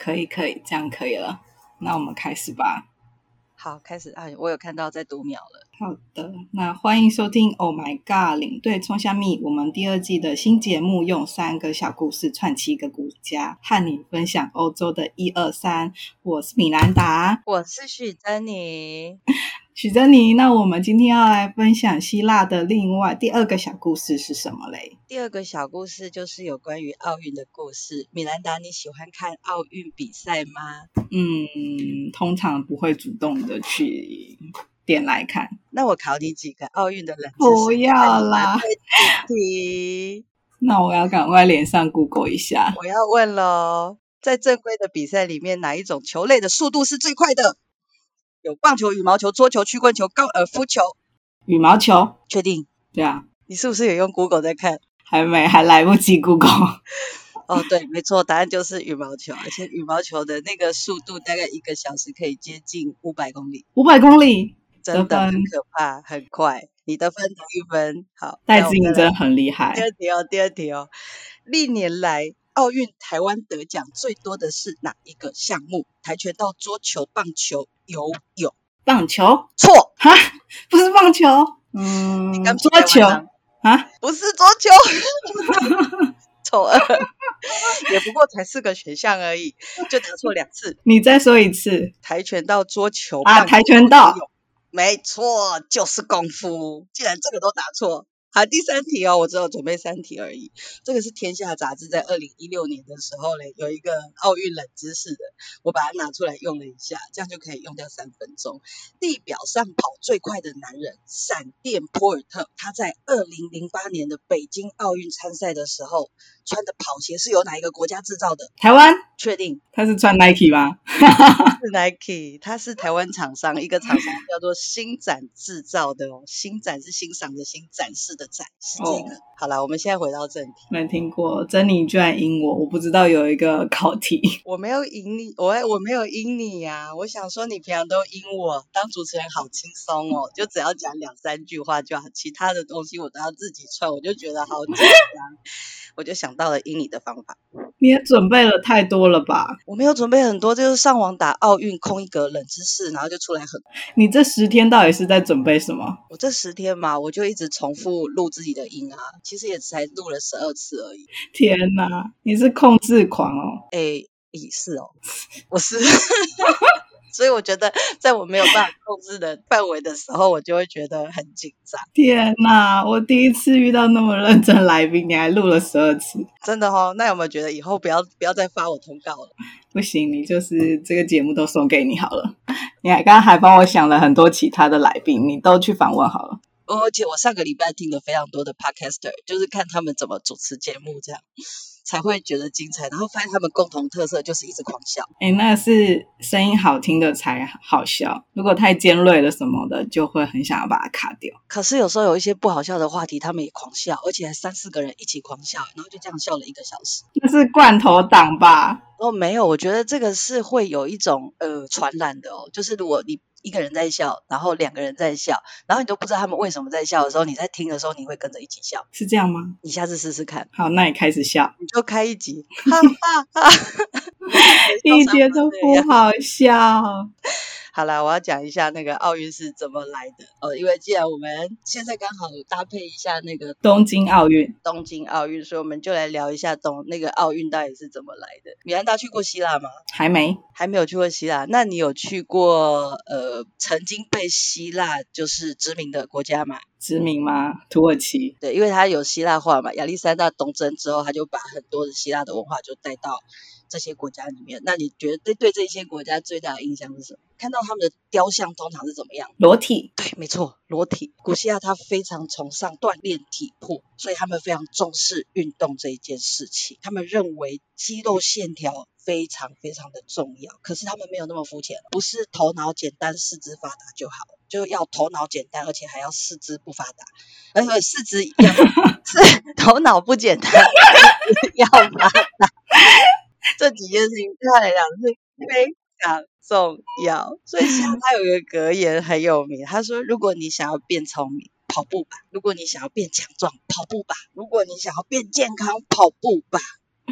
可以，这样可以了。那我们开始吧。 好，开始啊！我有看到在读秒了。 好的，那欢迎收听 Oh My God 领队冲虾米，我们第2季的新节目，用3个小故事串7个国家，和你分享欧洲的1、2、3。我是米兰达， 我是许珍妮。 许珍妮，那我们今天要来分享希腊的另外第2个小故事是什么嘞？ 第2个小故事就是有关于奥运的故事。米兰达，你喜欢看奥运比赛吗？ 通常不会主动的去点来看。 那我考你几个奥运的冷知识。 不要啦，那我要赶快连上 Google 一下。 我要问咯，在正规的比赛里面，哪一种球类的速度是最快的？有棒球、羽毛球、桌球、曲棍球、高尔夫球。 羽毛球。 确定？ 对啊。 你是不是有用 Google 在看？ 还来不及 Google。 哦，对，没错，答案就是羽毛球，而且羽毛球的那个速度大概1个小时可以接近500公里。 500公里， 真的很可怕，很快。你的分得1分。好， 戴资颖真的很厉害。 第二题哦。历年来奥运台湾得奖最多的是哪一个项目？跆拳道、桌球、棒球、游泳。 棒球？ 错。 哈，不是棒球。桌球啊？ 不是桌球。丑二。也不过才4个选项而已，就答错2次。 你再说一次。 跆拳道、桌球、 啊，跆拳道。 没错，就是功夫。既然这个都答错。好，第3题哦，我只有准备3题而已。这个是天下杂志在2016年的时候嘞，有一个奥运冷知识的，我把它拿出来用了一下，这样就可以用掉3分钟。地表上跑最快的男人闪电波尔特，他在2008年的北京奥运参赛的时候，穿的跑鞋是由哪一个国家制造的？ 台湾。 确定？ 他是穿 Nike 吗？ 是 Nike， 他是台湾厂商，一个厂商叫做星展制造的哦。星展是欣赏的欣，展示的展，是这个。好啦，我们现在回到正题。 没听过，珍妮居然赢我不知道有一个考题。 我没有赢你，我没有赢你呀。我想说你平常都赢我，当主持人好轻松哦，就只要讲2-3句话就好，其他的东西我都要自己串，我就觉得好紧张。我就想到了赢你的方法。 你也准备了太多了吧？ 我没有准备很多，就是上网打奥运空一格冷知识，然后就出来很多。 你这10天到底是在准备什么？ 我这10天嘛，我就一直重复录自己的音啊，其实也才录了12次而已。 天哪，你是控制狂哦。 是哦，我是。所以我觉得在我没有办法控制的范围的时候，我就会觉得很紧张。 天哪，我第一次遇到那么认真来宾，你还录了12次。 真的哦。那有没有觉得以后不要再发我通告了？ 不行，你就是这个节目都送给你好了。你刚刚还帮我想了很多其他的来宾，你都去访问好了。 而且我上个礼拜听了非常多的 podcaster， 就是看他们怎么主持节目，这样才会觉得精彩。然后发现他们共同特色就是一直狂笑。 那是声音好听的才好笑，如果太尖锐了什么的，就会很想要把它卡掉。 可是有时候有一些不好笑的话题，他们也狂笑，而且还3-4个人一起狂笑，然后就这样笑了1个小时。 那是罐头党吧？ 没有，我觉得这个是会有一种传染的哦，就是如果你1个人在笑，然后2个人在笑，然后你都不知道他们为什么在笑的时候，你在听的时候你会跟着一起笑。 是这样吗？ 你下次试试看。 好，那你开始笑。 你就开一集。哈哈哈。 一点都不好笑。 好啦，我要讲一下那个奥运是怎么来的因为既然我们现在刚好搭配一下那个东京奥运， 所以我们就来聊一下那个奥运到底是怎么来的。米兰达去过希腊吗？ 还没有去过希腊。那你有去过曾经被希腊就是殖民的国家吗？ 殖民吗？土耳其。 对，因为它有希腊化嘛，亚历山大东征之后，他就把很多的希腊的文化就带到这些国家里面。那你觉得对这些国家最大的印象是什么？看到他们的雕像通常是怎么样？ 裸体。 对，没错，裸体。古希腊他非常崇尚锻炼体魄，所以他们非常重视运动这一件事情。他们认为肌肉线条非常非常的重要，可是他们没有那么肤浅，不是头脑简单四肢发达就好，就要头脑简单而且还要四肢不发达，而且四肢要是头脑不简单要发达。这几件事情对他来讲是非常重要。所以像他有一个格言很有名，他说如果你想要变聪明跑步吧，如果你想要变强壮跑步吧，如果你想要变健康跑步吧。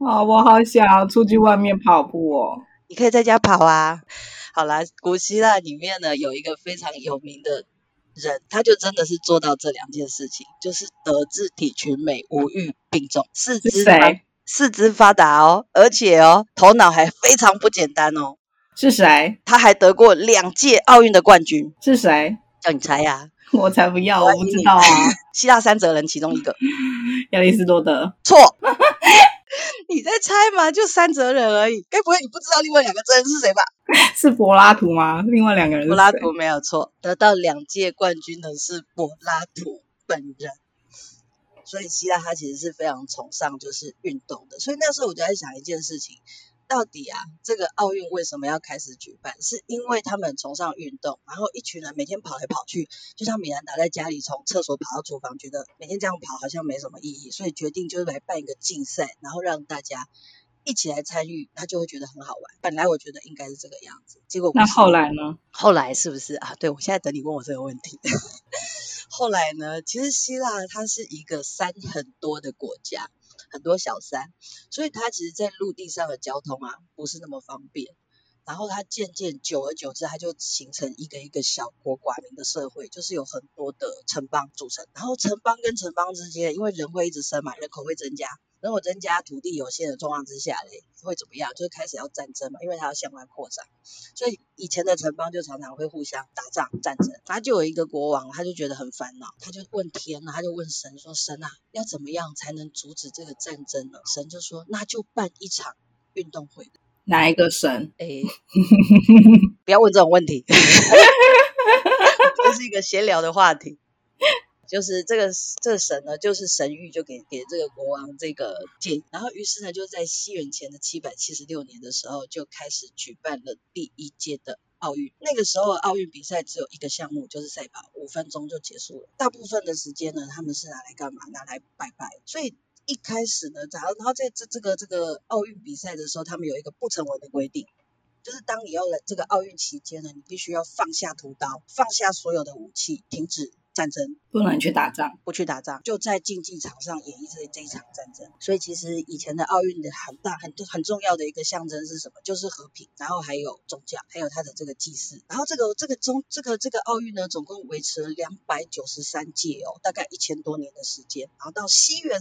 我好想要出去外面跑步哦。 你可以在家跑啊。好啦，古希腊里面呢有一个非常有名的人，他就真的是做到这2件事情，就是德智体群美五育并重，四肢发达哦，而且头脑还非常不简单哦。 是谁？ 他还得过2届奥运的冠军。 是谁？ 叫你猜啊。 我才不要，我不知道啊。 希腊3哲人其中一个。 亚里士多德。 错。你在猜吗？就3哲人而已，该不会你不知道另外2个哲人是谁吧？ 是柏拉图吗？另外2个人是谁？ 柏拉图没有错，得到2届冠军的是柏拉图本人。所以希腊他其实是非常崇尚就是运动的，所以那时候我就在想一件事情，到底这个奥运为什么要开始举办？是因为他们崇尚运动，然后一群人每天跑来跑去，就像米兰达在家里从厕所跑到厨房，觉得每天这样跑好像没什么意义，所以决定就是来办一个竞赛，然后让大家一起来参与，他就会觉得很好玩。本来我觉得应该是这个样子，结果不是。 那后来呢？ 后来是不是对，我现在等你问我这个问题。后来呢，其实希腊它是一个山很多的国家，很多小山，所以它其实在陆地上的交通不是那么方便。然后它渐渐久而久之，它就形成一个一个小国寡民的社会，就是有很多的城邦组成。然后城邦跟城邦之间，因为人会一直生嘛，人口会增加，人口增加，土地有限的状况之下会怎么样？就是开始要战争嘛，因为它要向外扩张。所以以前的城邦就常常会互相打仗战争。他就有一个国王，他就觉得很烦恼，他就问天他就问神说，神要怎么样才能阻止这个战争呢？神就说，那就办一场运动会。 哪一个神？ 不要问这种问题。这是一个闲聊的话题。就是这个神呢，就是神谕就给这个国王这个建议，然后于是呢，就在西元前的776年的时候，就开始举办了第1届的奥运。那个时候奥运比赛只有一个项目，就是赛跑，5分钟就结束了。大部分的时间呢，他们是拿来干嘛？拿来拜拜。所以一开始呢，然后在这个奥运比赛的时候，他们有一个不成文的规定，就是当你要来这个奥运期间呢，你必须要放下屠刀，放下所有的武器，停止战争， 不能去打仗， 不去打仗，就在竞技场上演绎这一场战争。所以其实以前的奥运的很重要的一个象征是什么？就是和平，然后还有宗教，还有它的这个祭祀。然后这个奥运呢，总共维持了293届大概1000多年的时间。然后到西元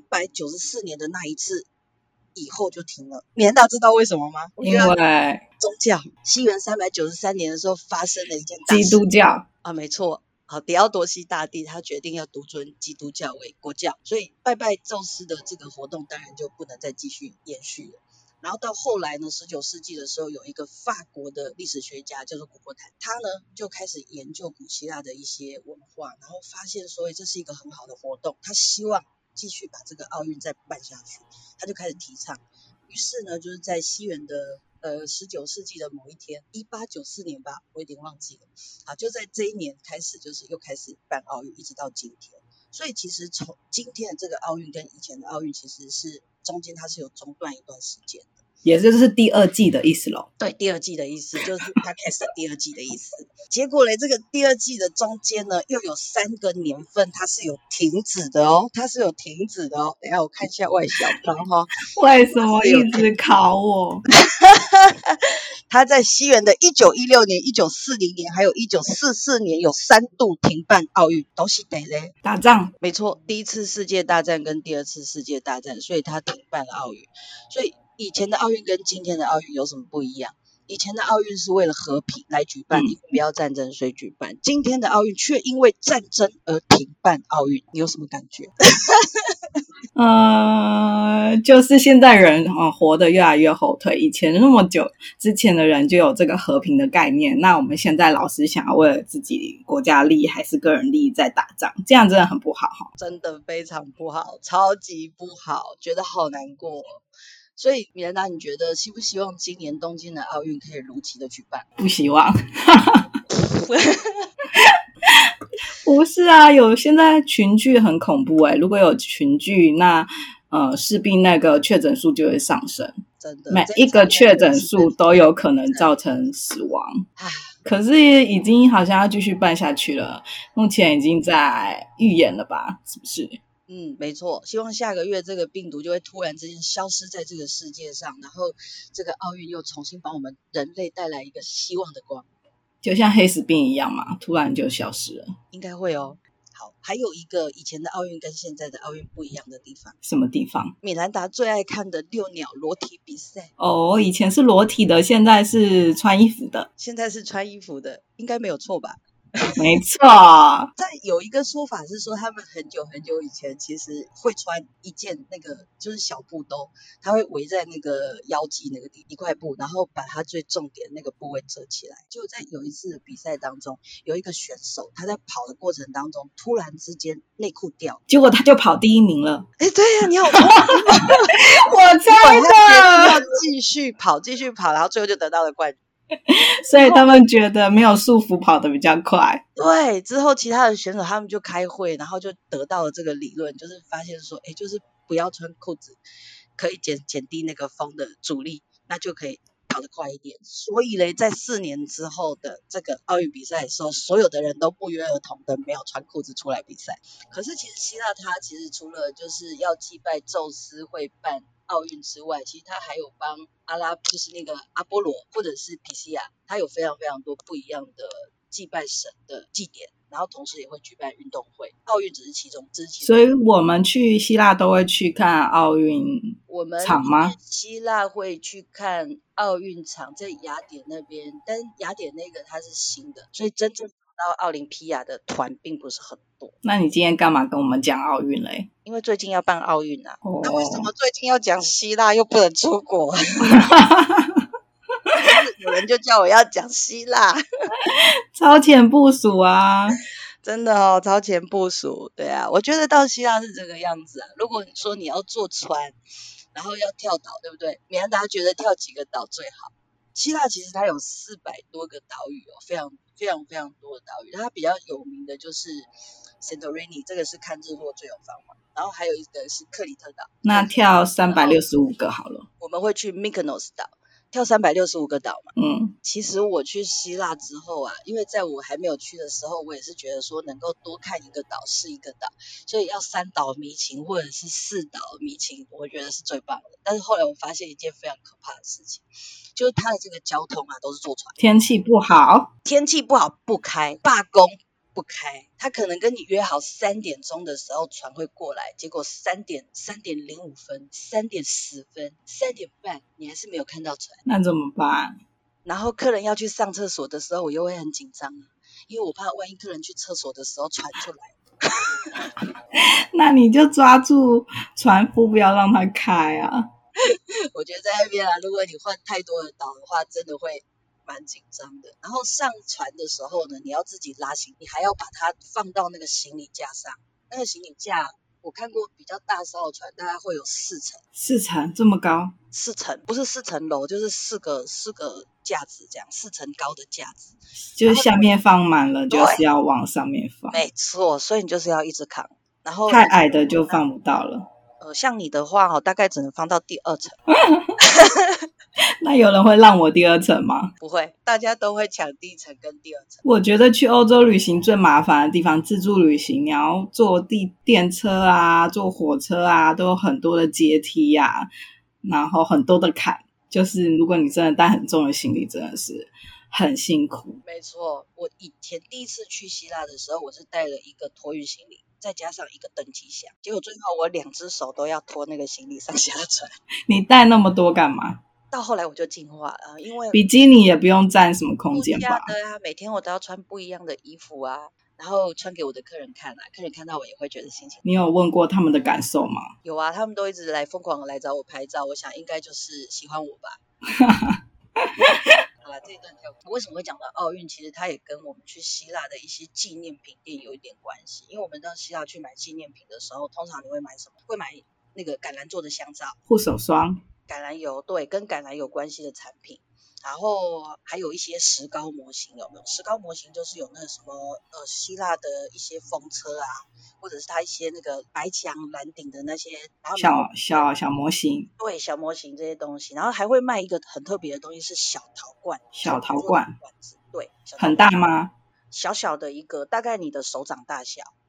394年的那一次以后就停了。你难道知道为什么吗？ 因为宗教。西元393年的时候发生了一件大事， 基督教没错。狄奥多西大帝他决定要独尊基督教为国教，所以拜拜宙斯的这个活动当然就不能再继续延续了。然后到后来呢，19世纪的时候，有一个法国的历史学家叫做古波坦，他呢就开始研究古希腊的一些文化，然后发现说这是一个很好的活动，他希望继续把这个奥运再办下去，他就开始提倡。于是呢，就是在西元的19世纪的某一天，1894年吧，我有点忘记了。就在这一年开始，就是又开始办奥运，一直到今天。所以其实从今天的这个奥运跟以前的奥运，其实是中间它是有中断一段时间的。 也就是第2季的意思咯。 对，第2季的意思就是它开始第2季的意思。结果这个第2季的中间呢，又有3个年份它是有停止的它是有停止的等一下我看一下外小康为什么一直考我？ 他在西元的1916年、1940年还有1944年有3度停办奥运，都是打仗。 没错，第1次世界大战跟第2次世界大战，所以他停办了奥运。所以以前的奥运跟今天的奥运有什么不一样？以前的奥运是为了和平来举办，因为不要战争所以举办。今天的奥运却因为战争而停办奥运，你有什么感觉？ 就是现在人活得越来越后退，以前那么久之前的人就有这个和平的概念，那我们现在老是想要为了自己国家利益还是个人利益在打仗，这样真的很不好真的非常不好，超级不好，觉得好难过。所以米兰达，你觉得希不希望今年东京的奥运可以如期的举办？ 不希望。不是有现在群聚很恐怖如果有群聚，那势必那个确诊数就会上升， 真的， 每一个确诊数都有可能造成死亡。可是已经好像要继续办下去了，目前已经在预演了吧？是不是？ 没错，希望下个月这个病毒就会突然之间消失在这个世界上，然后这个奥运又重新帮我们人类带来一个希望的光， 就像黑死病一样嘛，突然就消失了。 应该会哦。好，还有一个以前的奥运跟现在的奥运不一样的地方， 什么地方？ 米兰达最爱看的遛鸟裸体比赛， 以前是裸体的，现在是穿衣服的。 现在是穿衣服的，应该没有错吧？ 没错。 再有一个说法是说，他们很久很久以前其实会穿一件那个就是小布兜，他会围在那个腰际那个地一块布，然后把他最重点那个部位遮起来。就在有一次的比赛当中，有一个选手他在跑的过程当中，突然之间内裤掉， 结果他就跑第一名了。 哎，对呀，你好聪明， 我猜要的。 继续跑，然后最后就得到了冠军。 所以他们觉得没有束缚跑得比较快。 对，之后其他的选手他们就开会，然后就得到了这个理论，就是发现说，哎，就是不要穿裤子，可以减低那个风的阻力，那就可以跑得快一点。所以嘞，在4年之后的这个奥运比赛的时候，所有的人都不约而同的没有穿裤子出来比赛。可是其实希腊它其实除了就是要祭拜宙斯会办奥运之外，其实他还有帮就是那个阿波罗或者是皮西亚，他有非常非常多不一样的祭拜神的祭典，然后同时也会举办运动会，奥运只是其中。 所以我们去希腊都会去看奥运场吗？ 我们希腊会去看奥运场，在雅典那边，但雅典那个它是新的，所以真正到奥林匹亚的团并不是很多。 那你今天干嘛跟我们讲奥运嘞？ 因为最近要办奥运啊。那为什么最近要讲希腊又不能出国？有人就叫我要讲希腊， 超前部署啊！ 真的哦，超前部署。对啊，我觉得到希腊是这个样子啊。如果你说你要坐船，然后要跳岛，对不对？米兰达觉得跳几个岛最好？希腊其实它有400多个岛屿哦，非常非常非常多的岛屿。它比较有名的就是 Santorini， 这个是看日落最有繁华。然后还有一个是克里特岛。 那跳365个好了。 我们会去 Mykonos 岛。跳365个岛嘛。其实我去希腊之后啊，因为在我还没有去的时候，我也是觉得说能够多看一个岛是一个岛，所以要3岛迷情或者是4岛迷情，我觉得是最棒的。但是后来我发现一件非常可怕的事情，就是它的这个交通啊都是坐船， 天气不好不开，罢工不开，他可能跟你约好3点钟的时候船会过来，结果3点05分、3点10分、3点半，你还是没有看到船， 那怎么办？ 然后客人要去上厕所的时候，我又会很紧张，因为我怕万一客人去厕所的时候船就来。 那你就抓住船夫，不要让他开啊。 我觉得在那边啊，如果你换太多的岛的话，真的会蛮紧张的。然后上船的时候呢，你要自己拉行李，还要把它放到那个行李架上。那个行李架，我看过比较大艘的船，大概会有4层。 4层这么高 ？4层不是4层楼，就是四个架子这样，4层高的架子， 就是下面放满了，就是要往上面放。 没错，所以你就是要一直扛。然后太矮的就放不到了。 像你的话大概只能放到第2层。 那有人会让我第2层吗？ 不会，大家都会抢第1层跟第2层。 我觉得去欧洲旅行最麻烦的地方，自助旅行，你要坐电车啊，坐火车啊，都有很多的阶梯啊，然后很多的坎，就是如果你真的带很重的行李，真的是很辛苦。 没错，我以前第一次去希腊的时候，我是带了一个托运行李，再加上一个登机箱，结果最后我2只手都要拖那个行李上下船。 你带那么多干嘛？ 到后来我就进化了，因为比基尼也不用占什么空间吧？ 对啊，每天我都要穿不一样的衣服啊，然后穿给我的客人看啊，客人看到我也会觉得心情。 你有问过他们的感受吗？ 有啊，他们都一直疯狂的来找我拍照，我想应该就是喜欢我吧。好了，这一段为什么会讲到奥运？其实它也跟我们去希腊的一些纪念品店有一点关系。因为我们到希腊去买纪念品的时候，通常你会买什么？会买那个橄榄做的香皂、 护手霜、 橄榄油，对，跟橄榄有关系的产品。然后还有一些石膏模型，有没有？石膏模型就是有那什么希腊的一些风车啊，或者是它一些那个白墙蓝顶的那些，然后小模型， 对，小模型这些东西。然后还会卖一个很特别的东西，是小陶罐。 小陶罐， 对， 很大吗？ 小小的一个，大概你的手掌大小。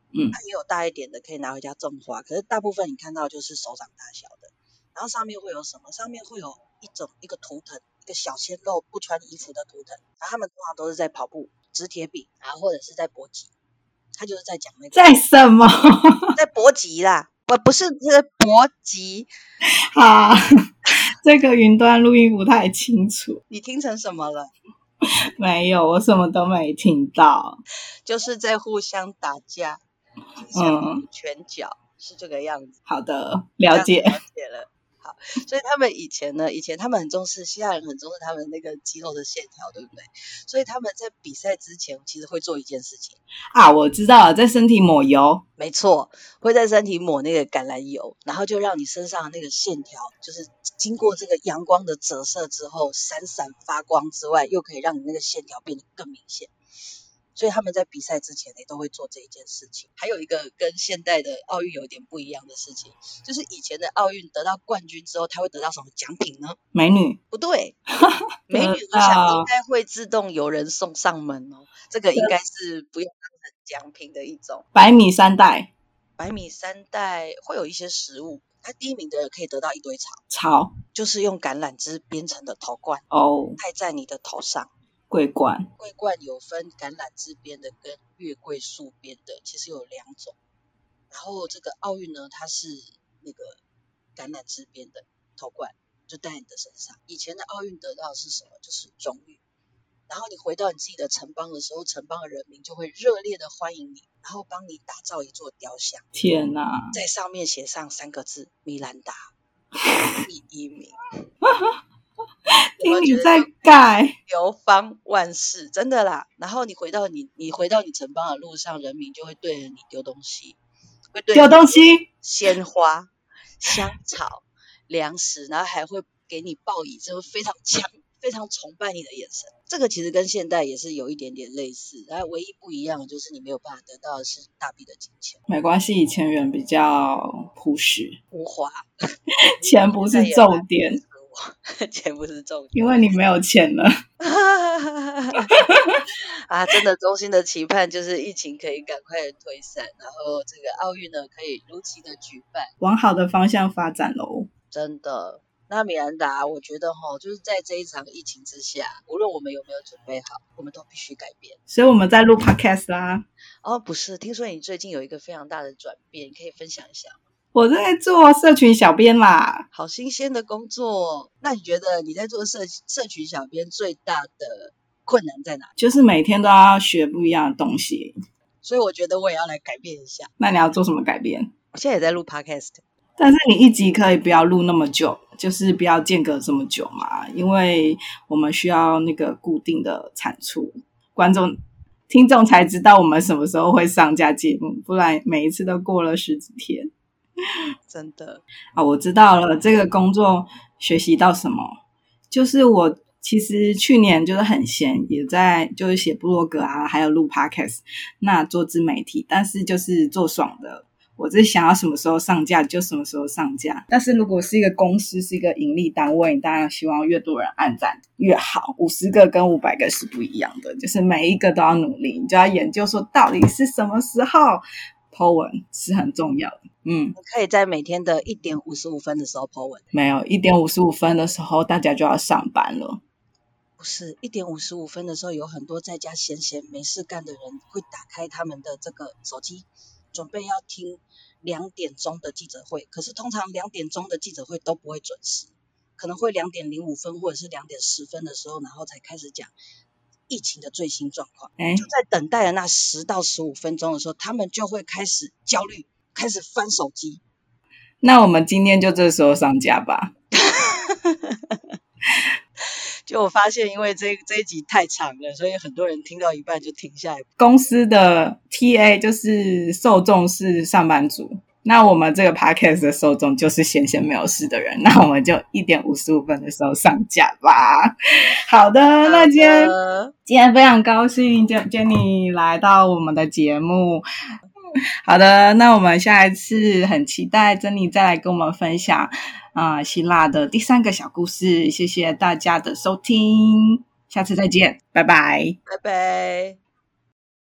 它也有大一点的可以拿回家种花，可是大部分你看到就是手掌大小的。然后上面会有什么？上面会有一个图腾，一个小鲜肉不穿衣服的图腾。然后他们通常都是在跑步、掷铁饼，然后或者是在搏击。他就是在讲那个在什么？ 在搏击啦，不是在搏击。 好，这个云端录音不太清楚。 你听成什么了？ 没有，我什么都没听到。 就是在互相打架，互相拳脚，是这个样子。 好的，了解了。好，所以他们以前他们很重视，希腊人很重视他们那个肌肉的线条，对不对？所以他们在比赛之前其实会做一件事情啊，我知道了，在身体抹油。 没错，会在身体抹那个橄榄油，然后就让你身上的那个线条就是经过这个阳光的折射之后闪闪发光之外，又可以让你那个线条变得更明显。所以他们在比赛之前也都会做这一件事情。还有一个跟现代的奥运有点不一样的事情，就是以前的奥运得到冠军之后，他会得到什么奖品呢？ 美女？ 不对，美女我想应该会自动有人送上门哦。这个应该是不用当成奖品的一种。 百米三代？ 百米三代会有一些食物，他第一名的可以得到一堆草， 就是用橄榄枝编成的头冠戴在你的头上。 桂冠有分橄榄枝编的跟月桂树编的，其实有2种。然后这个奥运呢，它是那个橄榄枝编的头冠，就戴在你的身上。以前的奥运得到的是什么？就是荣誉。然后你回到你自己的城邦的时候，城邦的人民就会热烈的欢迎你，然后帮你打造一座雕像。 天哪！ 在上面写上3个字：米兰达第1名。 听你在盖， 流芳万世，真的啦。然后你回到你城邦的路上，人民就会对着你丢东西，会对丢东西， 鲜花、香草、粮食，然后还会给你报以这个非常崇拜你的眼神。这个其实跟现代也是有一点点类似，然后唯一不一样的就是你没有办法得到的是大笔的金钱。 没关系，以前人比较朴实无华， 钱不是重点。 钱不是重点， 因为你没有钱了。 啊，真的衷心的期盼就是疫情可以赶快退散，然后这个奥运呢可以如期的举办， 往好的方向发展咯。 真的。那米兰达，我觉得就是在这一场疫情之下，无论我们有没有准备好，我们都必须改变。 所以我们在录 podcast 啦。 不是，听说你最近有一个非常大的转变，你可以分享一下吗？ 我在做社群小编啦。 好新鲜的工作。那你觉得你在做社群小编最大的困难在哪？ 就是每天都要学不一样的东西。 所以我觉得我也要来改变一下。 那你要做什么改变？ 我现在也在录 podcast， 但是你一集可以不要录那么久，就是不要间隔这么久嘛，因为我们需要那个固定的产出，听众才知道我们什么时候会上架节目，不然每一次都过了10几天。 真的我知道了，这个工作学习到什么，就是我其实去年就是很闲，也在就是写部落格啊，还有录 podcast， 那做自媒体，但是就是做爽的，我是想要什么时候上架就什么时候上架。但是如果是一个公司，是一个盈利单位，你当然希望越多人按赞越好，50个跟500个是不一样的，就是每一个都要努力，你就要研究说到底是什么时候po 文是很重要的。 你可以在每天的1点55分的时候 po 文。 没有，1点55分的时候大家就要上班了。 不是，1点55分的时候有很多在家闲没事干的人会打开他们的这个手机，准备要听2点钟的记者会。可是通常2点钟的记者会都不会准时，可能会2点05分或者是2点10分的时候，然后才开始讲疫情的最新状况。就在等待的那10到15分钟的时候，他们就会开始焦虑，开始翻手机。 那我们今天就这时候上架吧。 就我发现因为这一集太长了，所以很多人听到一半就停下来。 公司的 TA 就是受众是上班族，那我们这个 podcast 的受众就是闲没有事的人，那我们就1点55分的时候上架吧。好的，那今天非常高兴 Jenny 来到我们的节目。好的，那我们下一次很期待Jenny再来跟我们分享希腊的第3个小故事。谢谢大家的收听，下次再见，拜拜。 拜拜。